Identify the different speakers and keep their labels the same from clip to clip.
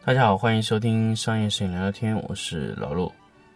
Speaker 1: 大家好，欢迎收听商业摄影聊聊天，我是老陆。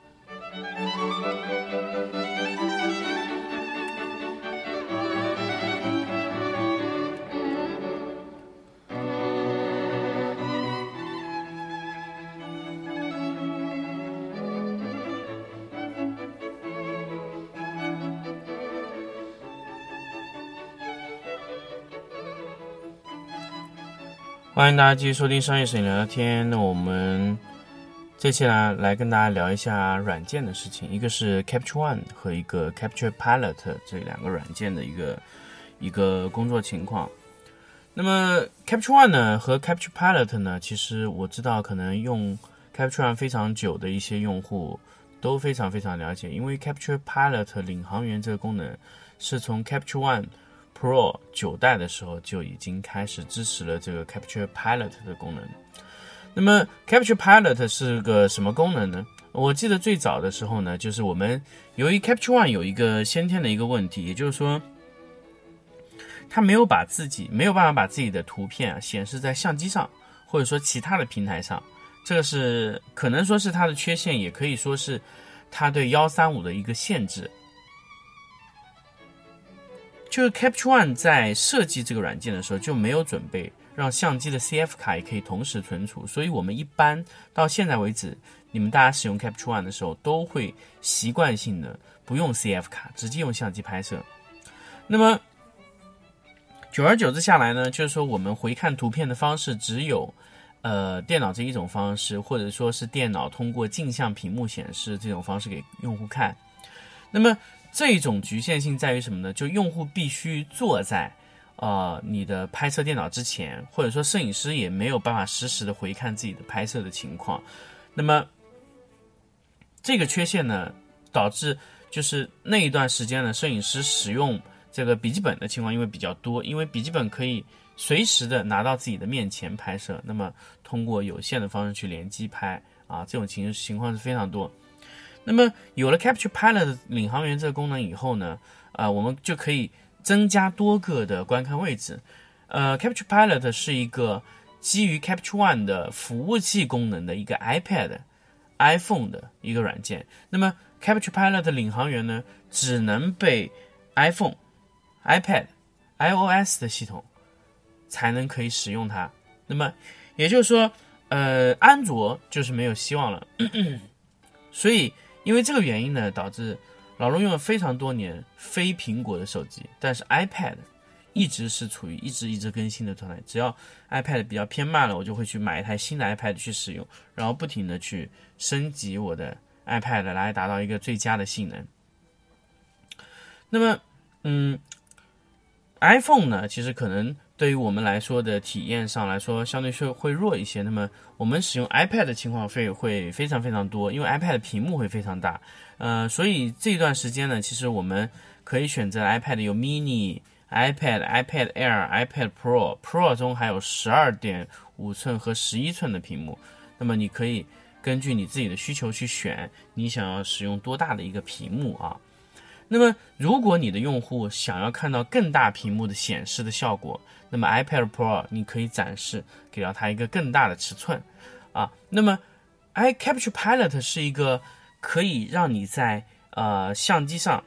Speaker 1: 欢迎大家继续收听商业摄影聊聊天。那我们这期呢，来跟大家聊一下软件的事情，一个是 Capture One 和一个 Capture Pilot 这两个软件的一个工作情况。那么 Capture One 呢和 Capture Pilot 呢，其实我知道可能用 Capture One 非常久的一些用户都非常了解，因为 Capture Pilot 领航员这个功能是从 Capture One Pro 9代的时候就已经开始支持了这个 Capture Pilot 的功能。那么 Capture Pilot 是个什么功能呢？我记得最早的时候呢，就是我们由于 Capture One 有一个先天的一个问题，也就是说它没有办法把自己的图片显示在相机上，或者说其他的平台上。这个是可能说是它的缺陷，也可以说是它对135的一个限制。就是 Capture One 在设计这个软件的时候就没有准备让相机的 CF 卡也可以同时存储，所以我们一般到现在为止，你们大家使用 Capture One 的时候都会习惯性的不用 CF 卡，直接用相机拍摄。那么久而久之下来呢，就是说我们回看图片的方式只有电脑这一种方式，或者说是电脑通过镜像屏幕显示这种方式给用户看。那么这种局限性在于什么呢？就用户必须坐在你的拍摄电脑之前，或者说摄影师也没有办法实时的回看自己的拍摄的情况。那么这个缺陷呢，导致就是那一段时间呢，摄影师使用这个笔记本的情况因为比较多，因为笔记本可以随时的拿到自己的面前拍摄，那么通过有线的方式去联机拍这种情况是非常多。那么有了 Capture Pilot 领航员这个功能以后呢，我们就可以增加多个的观看位置。Capture Pilot 是一个基于 Capture One 的服务器功能的一个 iPhone 的一个软件。那么 Capture Pilot 的领航员呢，只能被 iPad、iOS 的系统才能可以使用它。那么也就是说，安卓就是没有希望了。所以因为这个原因呢，导致老陆用了非常多年非苹果的手机，但是 iPad 一直是处于一直更新的状态。只要 iPad 比较偏慢了，我就会去买一台新的 iPad 去使用，然后不停的去升级我的 iPad 来达到一个最佳的性能。那么iPhone 呢，其实可能对于我们来说的体验上来说相对是会弱一些，那么我们使用 iPad 的情况会非常多，因为 iPad 的屏幕会非常大。所以这段时间呢，其实我们可以选择 iPad 有 mini、iPad、iPad Air、iPad Pro 中还有 12.5 寸和11寸的屏幕。那么你可以根据你自己的需求去选你想要使用多大的一个屏幕啊。那么如果你的用户想要看到更大屏幕的显示的效果，那么 iPad Pro 你可以展示给到它一个更大的尺寸那么 Capture Pilot 是一个可以让你在相机上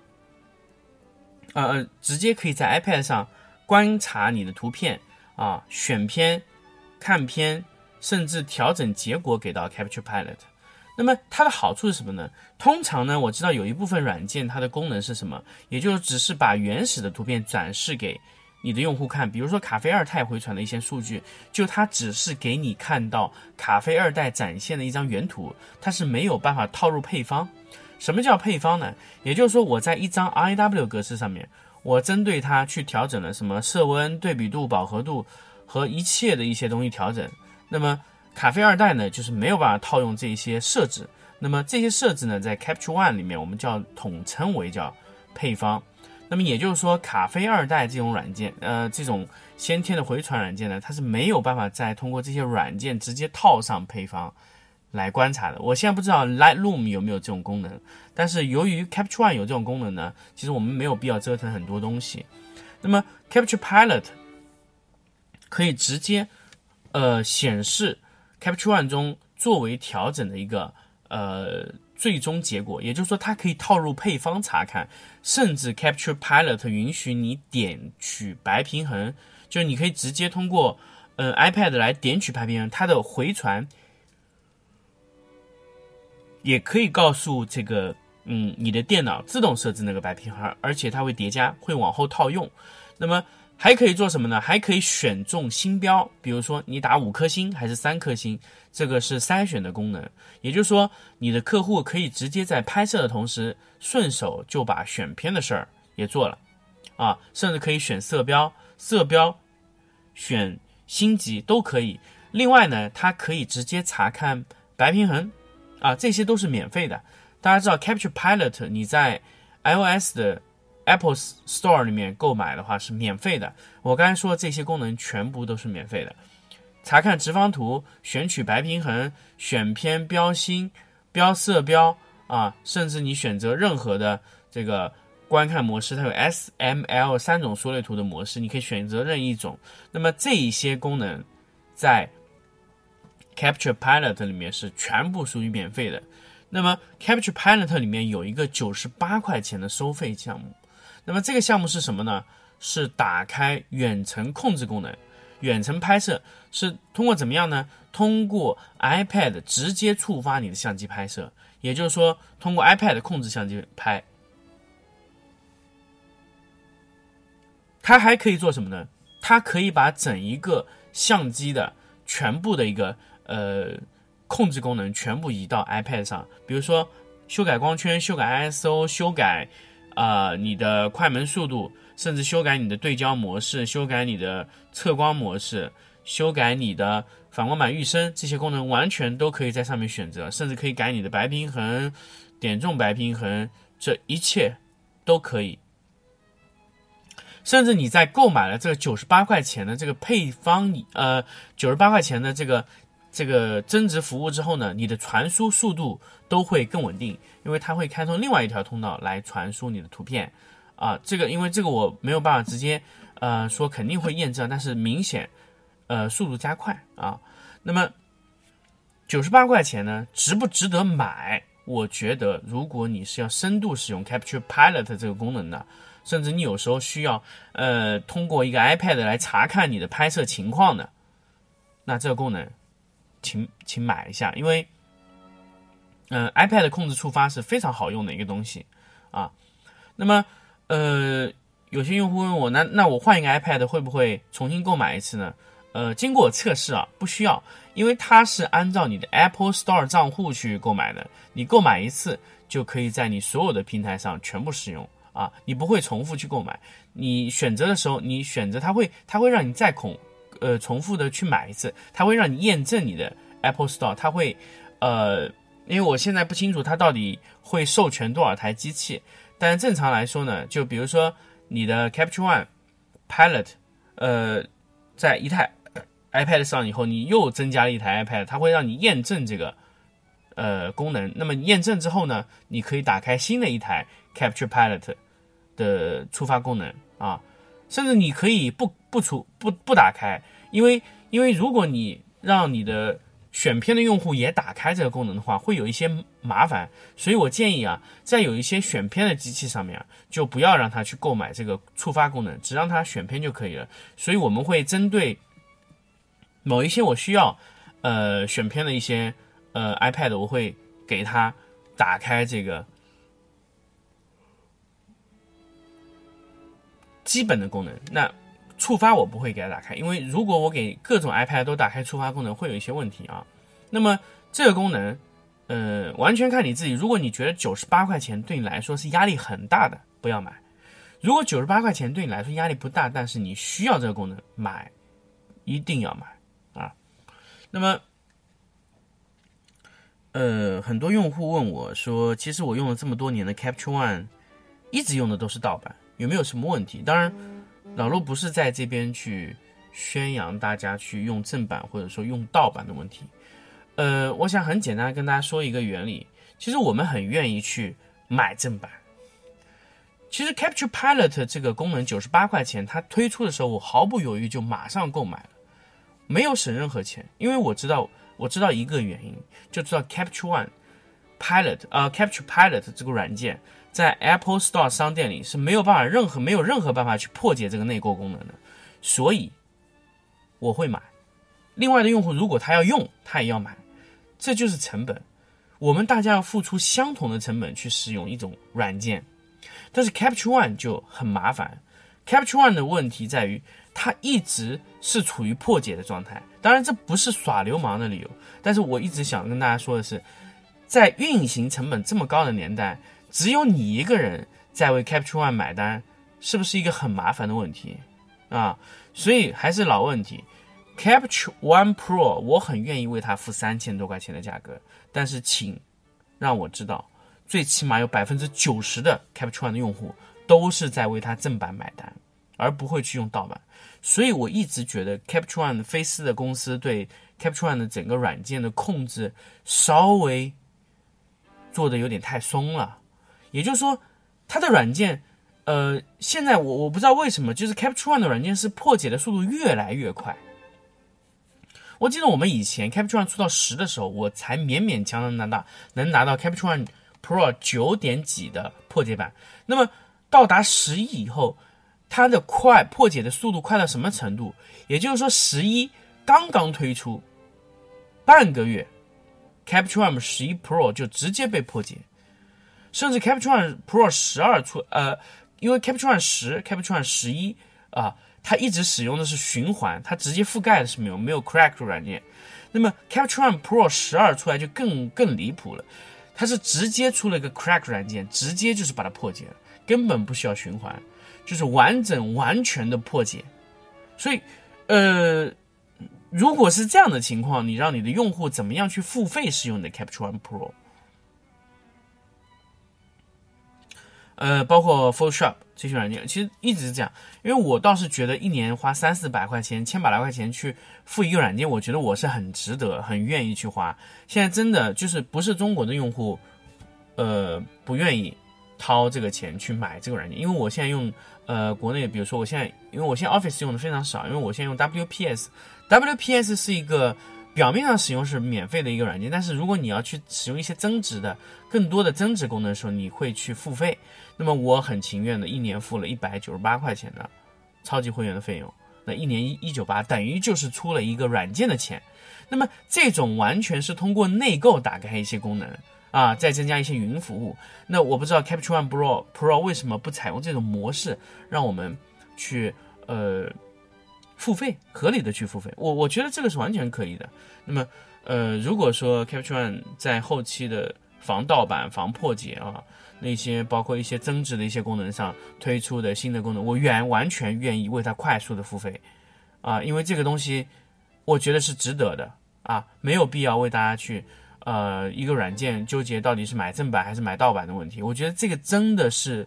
Speaker 1: 直接可以在 iPad 上观察你的图片选片、看片，甚至调整结果给到 Capture Pilot。那么它的好处是什么呢？通常呢，我知道有一部分软件它的功能是什么，也就只是把原始的图片展示给你的用户看。比如说咖啡二代回传的一些数据，就它只是给你看到咖啡二代展现的一张原图，它是没有办法套入配方。什么叫配方呢？也就是说我在一张 RAW 格式上面，我针对它去调整了什么色温、对比度、饱和度和一切的一些东西调整。那么咖啡二代呢，就是没有办法套用这些设置。那么这些设置呢，在 Capture One 里面我们统称为叫配方。那么也就是说，咖啡二代这种软件，这种先天的回传软件呢，它是没有办法再通过这些软件直接套上配方来观察的。我现在不知道 Lightroom 有没有这种功能，但是由于 Capture One 有这种功能呢，其实我们没有必要折腾很多东西。那么 Capture Pilot 可以直接显示 Capture One 中作为调整的一个最终结果，也就是说它可以套入配方查看，甚至 Capture Pilot 允许你点取白平衡，就是你可以直接通过iPad 来点取白平衡，它的回传也可以告诉这个你的电脑自动设置那个白平衡，而且它会叠加，会往后套用。那么还可以做什么呢？还可以选中星标，比如说你打5颗星还是3颗星，这个是筛选的功能。也就是说，你的客户可以直接在拍摄的同时，顺手就把选片的事儿也做了啊，甚至可以选色标，选星级都可以。另外呢，它可以直接查看白平衡啊，这些都是免费的。大家知道 Capture Pilot 你在 iOS 的 Apple Store 里面购买的话是免费的，我刚才说的这些功能全部都是免费的。查看直方图，选取白平衡，选片标星，标色标啊，甚至你选择任何的这个观看模式，它有 SML 3种缩略图的模式，你可以选择任意一种。那么这一些功能在 Capture Pilot 里面是全部属于免费的。那么 Capture Pilot 里面有一个98块钱的收费项目，那么这个项目是什么呢？是打开远程控制功能。远程拍摄是通过怎么样呢？通过 iPad 直接触发你的相机拍摄，也就是说通过 iPad 控制相机拍。它还可以做什么呢？它可以把整一个相机的全部的一个控制功能全部移到 iPad 上，比如说修改光圈、修改 ISO、修改你的快门速度，甚至修改你的对焦模式、修改你的测光模式、修改你的反光板预升，这些功能完全都可以在上面选择，甚至可以改你的白平衡、点中白平衡，这一切都可以。甚至你在购买了这个98块钱的这个配方98块钱的这个增值服务之后呢，你的传输速度都会更稳定，因为它会开通另外一条通道来传输你的图片啊。因为这个我没有办法直接说肯定会验证，但是明显速度加快啊。那么98块钱呢，值不值得买？我觉得如果你是要深度使用 Capture Pilot 这个功能的，甚至你有时候需要通过一个 iPad 来查看你的拍摄情况的，那这个功能请买一下，因为iPad 控制触发是非常好用的一个东西啊。那么有些用户问我，那我换一个 iPad 会不会重新购买一次呢？经过测试啊，不需要，因为它是按照你的 Apple Store 账户去购买的，你购买一次就可以在你所有的平台上全部使用啊，你不会重复去购买。你选择的时候，你选择它会让你再重复的去买一次，它会让你验证你的 Apple Store， 它会因为我现在不清楚它到底会授权多少台机器，但正常来说呢，就比如说你的 Capture One Pilot 在一台 iPad 上以后，你又增加了一台 iPad， 它会让你验证这个功能。那么你验证之后呢，你可以打开新的一台 Capture Pilot 的触发功能啊，甚至你可以不打开，因为如果你让你的选片的用户也打开这个功能的话，会有一些麻烦，所以我建议啊，在有一些选片的机器上面就不要让他去购买这个触发功能，只让他选片就可以了。所以我们会针对某一些我需要选片的一些iPad， 我会给他打开这个基本的功能，那触发我不会给它打开，因为如果我给各种 iPad 都打开触发功能，会有一些问题啊。那么这个功能完全看你自己，如果你觉得98块钱对你来说是压力很大的，不要买。如果98块钱对你来说压力不大，但是你需要这个功能，买，一定要买啊。那么很多用户问我说，其实我用了这么多年的 Capture One 一直用的都是盗版，有没有什么问题？当然老陆不是在这边去宣扬大家去用正版或者说用盗版的问题。我想很简单的跟大家说一个原理，其实我们很愿意去买正版。其实 Capture Pilot 这个功能98块钱，它推出的时候我毫不犹豫就马上购买了，没有省任何钱，因为我知道我知道一个原因，就知道 Capture Pilot 这个软件在 Apple Store 商店里是没有任何办法去破解这个内购功能的，所以我会买。另外的用户如果他要用，他也要买，这就是成本。我们大家要付出相同的成本去使用一种软件，但是 Capture One 就很麻烦。Capture One 的问题在于，它一直是处于破解的状态。当然，这不是耍流氓的理由，但是我一直想跟大家说的是，在运行成本这么高的年代，只有你一个人在为 Capture One 买单，是不是一个很麻烦的问题啊？所以还是老问题。Capture One Pro 我很愿意为它付3000多块钱的价格，但是请让我知道，最起码有90%的 Capture One 的用户都是在为它正版买单，而不会去用盗版。所以我一直觉得 Capture One 菲斯的公司对 Capture One 的整个软件的控制稍微做的有点太松了。也就是说，它的软件现在我不知道为什么，就是 Capture One 的软件是破解的速度越来越快。我记得我们以前 Capture One 出到10的时候，我才勉勉强强能拿到 Capture One Pro 9点几的破解版。那么到达11以后，它的破解的速度快到什么程度？也就是说11刚刚推出半个月， Capture One 11 Pro 就直接被破解，甚至 Capture One Pro 12出因为 Capture One 10 Capture One 11它一直使用的是循环，它直接覆盖的是没有 crack 软件。那么 Capture One Pro 12出来就更离谱了，它是直接出了一个 crack 软件，直接就是把它破解了，根本不需要循环，就是完全的破解。所以如果是这样的情况，你让你的用户怎么样去付费使用你的 Capture One Pro？包括 Photoshop 这些软件，其实一直是这样。因为我倒是觉得一年花300-400块钱、1000来块钱去付一个软件，我觉得我是很值得、很愿意去花。现在真的就是不是中国的用户，不愿意掏这个钱去买这个软件。因为我现在用国内，比如说因为我现在 Office 用的非常少，因为我现在用 WPS 是一个表面上使用是免费的一个软件，但是如果你要去使用一些更多的增值功能的时候，你会去付费。那么我很情愿的一年付了198块钱的超级会员的费用，那一年198等于就是出了一个软件的钱。那么这种完全是通过内购打开一些功能再增加一些云服务。那我不知道 Capture One Pro 为什么不采用这种模式，让我们去付费，合理的去付费。我觉得这个是完全可以的。那么如果说 Capture One 在后期的防盗版、防破解那些包括一些增值的一些功能上推出的新的功能，我完全愿意为它快速的付费因为这个东西我觉得是值得的没有必要为大家去一个软件纠结到底是买正版还是买盗版的问题。我觉得这个真的是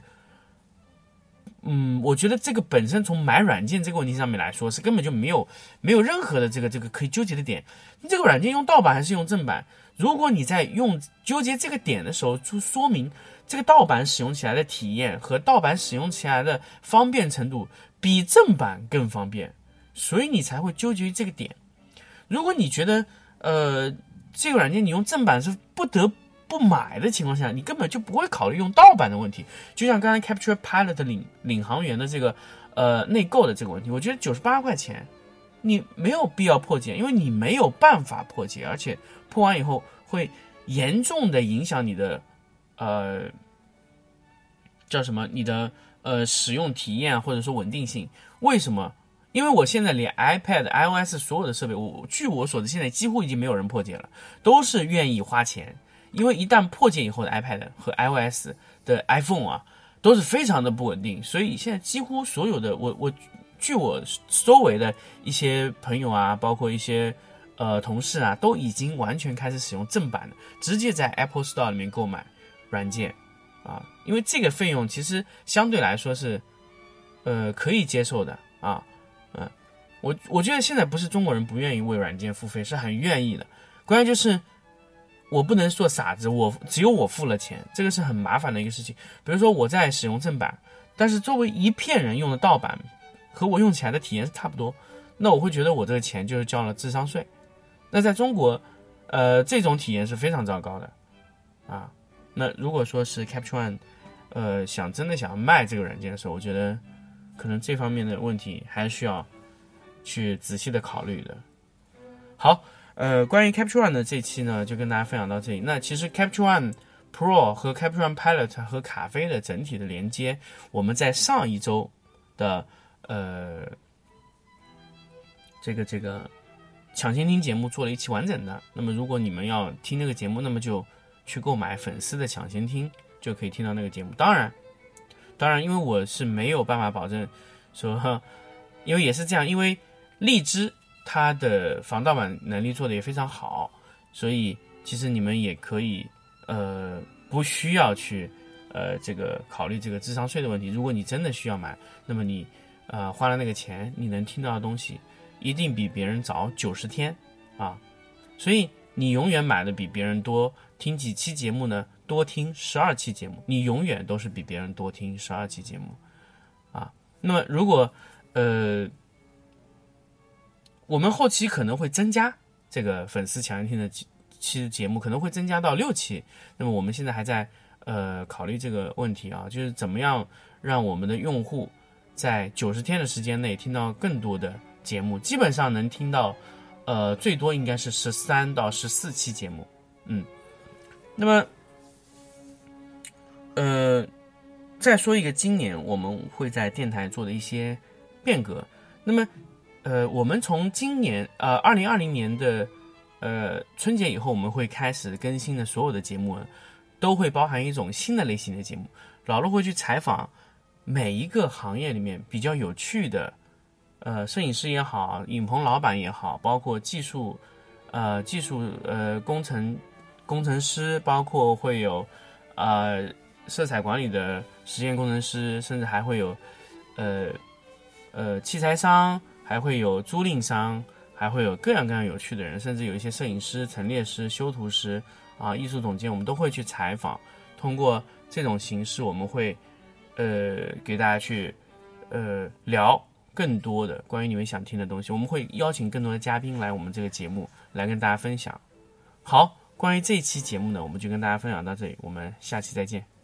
Speaker 1: 我觉得这个本身从买软件这个问题上面来说，是根本就没有任何的这个可以纠结的点。你这个软件用盗版还是用正版？如果你在纠结这个点的时候，就说明这个盗版使用起来的体验和盗版使用起来的方便程度比正版更方便，所以你才会纠结于这个点。如果你觉得这个软件你用正版是不得不买的情况下，你根本就不会考虑用盗版的问题。就像刚才 Capture Pilot 领航员的这个内购的这个问题，我觉得98块钱你没有必要破解，因为你没有办法破解，而且破完以后会严重的影响你的你的使用体验或者说稳定性。为什么？因为我现在连 iPad、iOS 所有的设备，据我所知，现在几乎已经没有人破解了，都是愿意花钱。因为一旦破解以后的 iPad 和 iOS 的 iPhone 都是非常的不稳定，所以现在几乎所有的据我周围的一些朋友包括一些同事都已经完全开始使用正版的，直接在 Apple Store 里面购买软件因为这个费用其实相对来说是可以接受的我觉得现在不是中国人不愿意为软件付费，是很愿意的。关键就是我不能做傻子，只有我付了钱，这个是很麻烦的一个事情。比如说我在使用正版，但是周围一片人用的盗版，和我用起来的体验是差不多，那我会觉得我这个钱就是交了智商税。那在中国这种体验是非常糟糕的啊。那如果说是 Capture One，真的想卖这个软件的时候，我觉得可能这方面的问题还是需要去仔细的考虑的。好，关于 Capture One 的这期呢，就跟大家分享到这里。那其实 Capture One Pro 和 Capture One Pilot 和卡飞的整体的连接，我们在上一周的这个抢先听节目做了一期完整的。那么如果你们要听那个节目，那么就去购买粉丝的抢先听，就可以听到那个节目。当然，因为我是没有办法保证说，因为也是这样，因为荔枝它的防盗版能力做的也非常好，所以其实你们也可以不需要去这个考虑这个智商税的问题。如果你真的需要买，那么你花了那个钱，你能听到的东西一定比别人早90天啊，所以你永远买的比别人多，听几期节目呢？多听12期节目，你永远都是比别人多听12期节目啊。那么如果我们后期可能会增加这个粉丝抢先听的期节目，可能会增加到6期。那么我们现在还在考虑这个问题啊，就是怎么样让我们的用户在90天的时间内听到更多的节目，基本上能听到最多应该是13到14期节目。那么再说一个今年我们会在电台做的一些变革。那么我们从今年2020年的春节以后，我们会开始更新的所有的节目都会包含一种新的类型的节目。老陆会去采访每一个行业里面比较有趣的摄影师也好，影棚老板也好，包括技术工程师，包括会有色彩管理的实验工程师，甚至还会有器材商，还会有租赁商，还会有各样各样有趣的人，甚至有一些摄影师、陈列师、修图师艺术总监，我们都会去采访。通过这种形式，我们会给大家去聊更多的关于你们想听的东西。我们会邀请更多的嘉宾来我们这个节目来跟大家分享。好，关于这一期节目呢，我们就跟大家分享到这里，我们下期再见。